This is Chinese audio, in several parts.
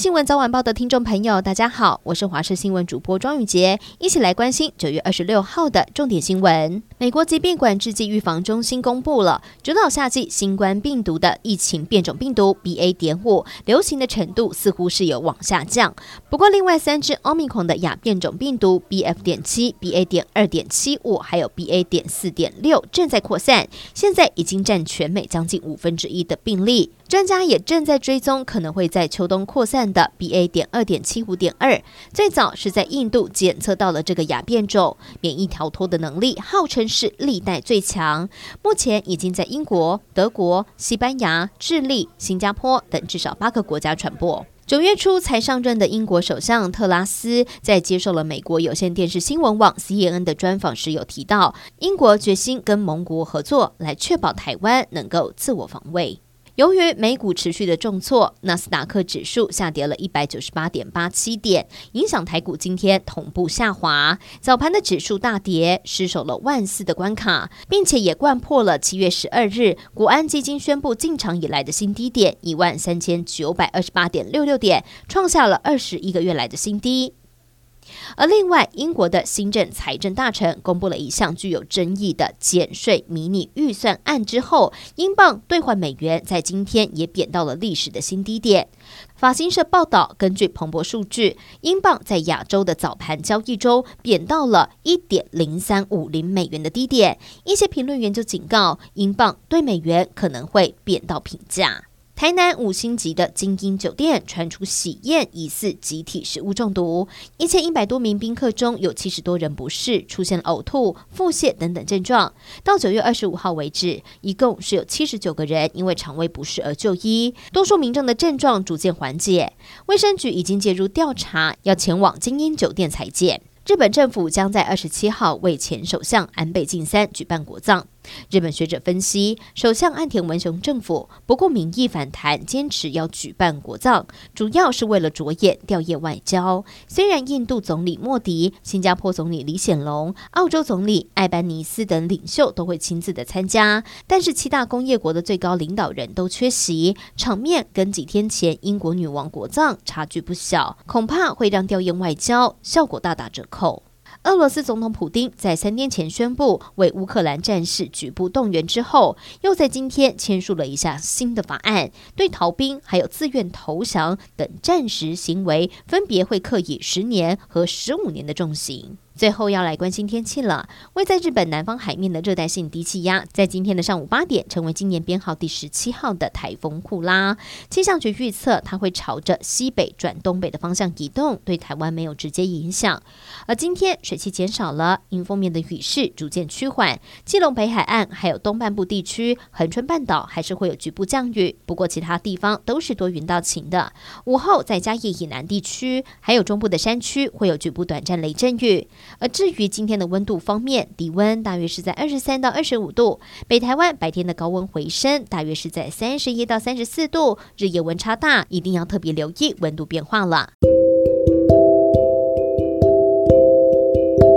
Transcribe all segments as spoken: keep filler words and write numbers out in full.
新闻早晚报的听众朋友，大家好，我是华视新闻主播庄宇杰，一起来关心九月二十六号的重点新闻。美国疾病管制及预防中心公布了，主导夏季新冠病毒的疫情变种病毒 B A 点五 流行的程度似乎是有往下降。不过，另外三只 Omicron 的亚变种病毒 B F 点七、B A 点二点七五，还有 B A 点四点六正在扩散，现在已经占全美将近五分之一的病例。专家也正在追踪可能会在秋冬扩散的 B A 点二点七五点二，最早是在印度检测到了这个亚变种，免疫逃脱的能力号称是历代最强。目前已经在英国、德国、西班牙、智利、新加坡等至少八个国家传播。九月初才上任的英国首相特拉斯在接受了美国有线电视新闻网 C N N 的专访时有提到，英国决心跟盟国合作来确保台湾能够自我防卫。由于美股持续的重挫，纳斯达克指数下跌了 一百九十八点八七点，影响台股今天同步下滑。早盘的指数大跌，失守了万四的关卡，并且也掼破了七月十二日国安基金宣布进场以来的新低点 一万三千九百二十八点六六点，创下了二十一个月来的新低。而另外，英国的新任财政大臣公布了一项具有争议的减税迷你预算案之后，英镑兑换美元在今天也贬到了历史的新低点。法新社报道，根据彭博数据，英镑在亚洲的早盘交易中贬到了 一点零三五零美元的低点，一些评论员就警告，英镑对美元可能会贬到平价。台南五星级的精英酒店传出喜宴疑似集体食物中毒，一千一百多名宾客中有七十多人不适，出现了呕吐、腹泻等等症状。到九月二十五号为止，一共是有七十九个人因为肠胃不适而就医，多数民众的症状逐渐缓解。卫生局已经介入调查，要前往精英酒店裁剪。日本政府将在二十七号为前首相安倍晋三举办国葬。日本学者分析，首相岸田文雄政府不顾民意反弹，坚持要举办国葬，主要是为了着眼吊唁外交。虽然印度总理莫迪、新加坡总理李显龙、澳洲总理艾班尼斯等领袖都会亲自的参加，但是七大工业国的最高领导人都缺席，场面跟几天前英国女王国葬差距不小，恐怕会让吊唁外交效果大打折扣。俄罗斯总统普丁在三天前宣布为乌克兰战事局部动员之后，又在今天签署了一项新的法案，对逃兵还有自愿投降等战时行为分别会课以十年和十五年的重刑。最后要来关心天气了。位在日本南方海面的热带性低气压，在今天的上午八点，成为今年编号第十七号的台风库拉。气象局预测，它会朝着西北转东北的方向移动，对台湾没有直接影响。而今天水汽减少了，迎风面的雨势逐渐趋缓，基隆北海岸还有东半部地区、恒春半岛还是会有局部降雨，不过其他地方都是多云到晴的。午后在嘉义以南地区，还有中部的山区会有局部短暂雷阵雨。而至于今天的温度方面，低温大约是在二十三到二十五度，北台湾白天的高温回升，大约是在三十一到三十四度，日夜温差大，一定要特别留意温度变化了。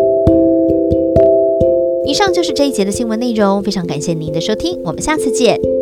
以上就是这一节的新闻内容，非常感谢您的收听，我们下次见。